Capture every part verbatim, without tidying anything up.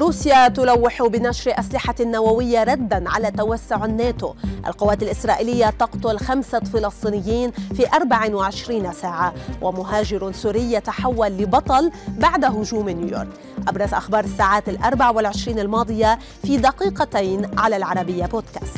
روسيا تلوح بنشر أسلحة نووية ردا على توسع الناتو. القوات الإسرائيلية تقتل خمسة فلسطينيين في أربع وعشرين ساعة، ومهاجر سوري يتحول لبطل بعد هجوم نيويورك. أبرز أخبار الساعات الأربع والعشرين الماضية في دقيقتين على العربية بودكاست.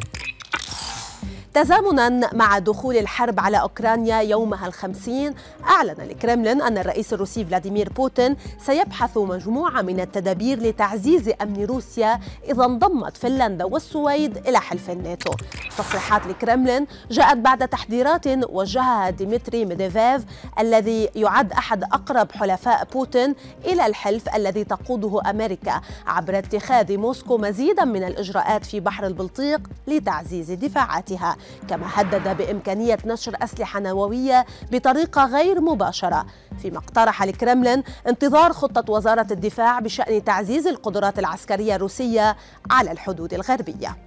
تزامناً مع دخول الحرب على أوكرانيا يومها الخمسين، أعلن الكرملين أن الرئيس الروسي فلاديمير بوتين سيبحث مجموعة من التدابير لتعزيز أمن روسيا إذا انضمت فنلندا والسويد إلى حلف الناتو. تصريحات الكرملين جاءت بعد تحذيرات وجهها ديمتري ميدفيف الذي يعد أحد أقرب حلفاء بوتين إلى الحلف الذي تقوده أمريكا عبر اتخاذ موسكو مزيداً من الإجراءات في بحر البلطيق لتعزيز دفاعاتها، كما هدد بإمكانية نشر أسلحة نووية بطريقة غير مباشرة، فيما اقترح الكرملين انتظار خطة وزارة الدفاع بشأن تعزيز القدرات العسكرية الروسية على الحدود الغربية.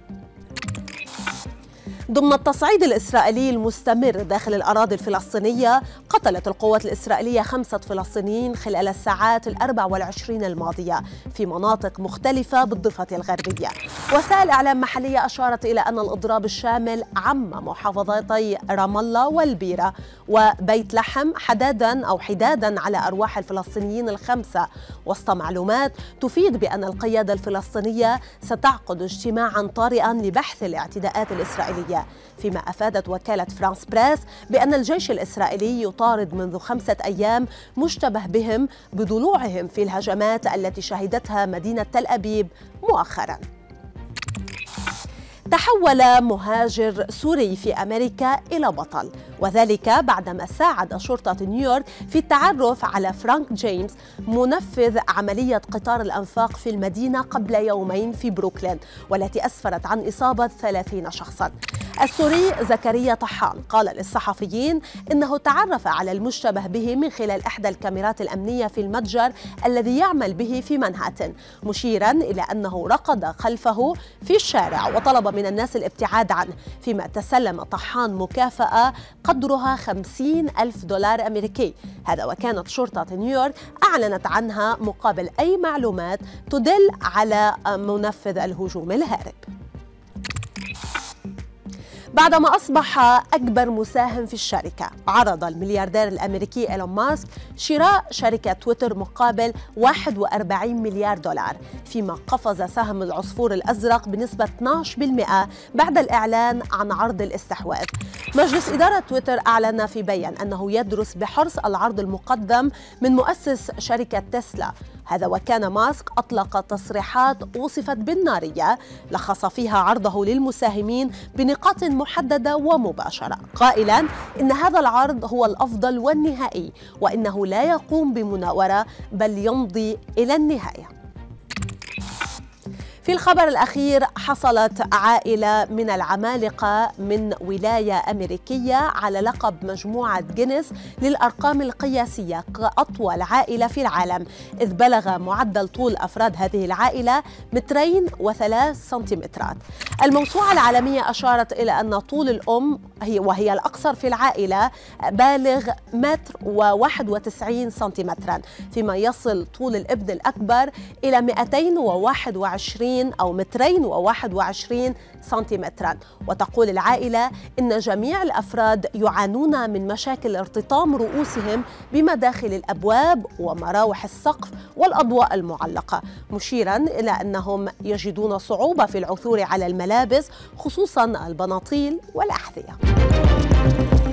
ضمن التصعيد الإسرائيلي المستمر داخل الأراضي الفلسطينية، قتلت القوات الإسرائيلية خمسة فلسطينيين خلال الساعات الأربع والعشرين الماضية في مناطق مختلفة بالضفة الغربية. وسائل إعلام محلية أشارت إلى أن الإضراب الشامل عم محافظتي رام الله والبيرة وبيت لحم حدادا أو حدادا على أرواح الفلسطينيين الخمسة، وسط معلومات تفيد بأن القيادة الفلسطينية ستعقد اجتماعا طارئا لبحث الاعتداءات الإسرائيلية، فيما أفادت وكالة فرانس بريس بأن الجيش الإسرائيلي يطارد منذ خمسة أيام مشتبه بهم بضلوعهم في الهجمات التي شهدتها مدينة تل أبيب مؤخراً. تحول مهاجر سوري في أمريكا إلى بطل، وذلك بعدما ساعد شرطة نيويورك في التعرف على فرانك جيمس منفذ عملية قطار الأنفاق في المدينة قبل يومين في بروكلين، والتي أسفرت عن إصابة ثلاثين شخصاً. السوري زكريا طحان قال للصحفيين إنه تعرف على المشتبه به من خلال إحدى الكاميرات الأمنية في المتجر الذي يعمل به في منهاتن، مشيراً إلى أنه ركض خلفه في الشارع وطلب من الناس الابتعاد عنه، فيما تسلم طحان مكافأة قدرها خمسين ألف دولار أمريكي، هذا وكانت شرطة نيويورك أعلنت عنها مقابل أي معلومات تدل على منفذ الهجوم الهارب. بعدما أصبح أكبر مساهم في الشركة، عرض الملياردير الأمريكي إيلون ماسك شراء شركة تويتر مقابل واحد وأربعين مليار دولار، فيما قفز سهم العصفور الأزرق بنسبة اثني عشر بالمئة بعد الإعلان عن عرض الاستحواذ. مجلس إدارة تويتر أعلن في بيان أنه يدرس بحرص العرض المقدم من مؤسس شركة تسلا، هذا وكان ماسك أطلق تصريحات وصفت بالنارية لخص فيها عرضه للمساهمين بنقاط محددة ومباشرة، قائلاً إن هذا العرض هو الأفضل والنهائي، وإنه لا يقوم بمناورة بل يمضي إلى النهاية. في الخبر الأخير، حصلت عائلة من العمالقة من ولاية أمريكية على لقب مجموعة جينيس للأرقام القياسية كأطول عائلة في العالم، إذ بلغ معدل طول أفراد هذه العائلة مترين وثلاث سنتيمترات. الموسوعة العالمية أشارت إلى أن طول الأم هي وهي الأقصر في العائلة بالغ متر وواحد وتسعين سنتيمترا، فيما يصل طول الابن الأكبر إلى مئتين وواحد وعشرين أو مترين وواحد وعشرين سنتيمترا. وتقول العائلة إن جميع الأفراد يعانون من مشاكل ارتطام رؤوسهم بمداخل الأبواب ومراوح السقف والأضواء المعلقة، مشيرا إلى أنهم يجدون صعوبة في العثور على الملابس خصوصا البناطيل والأحذية.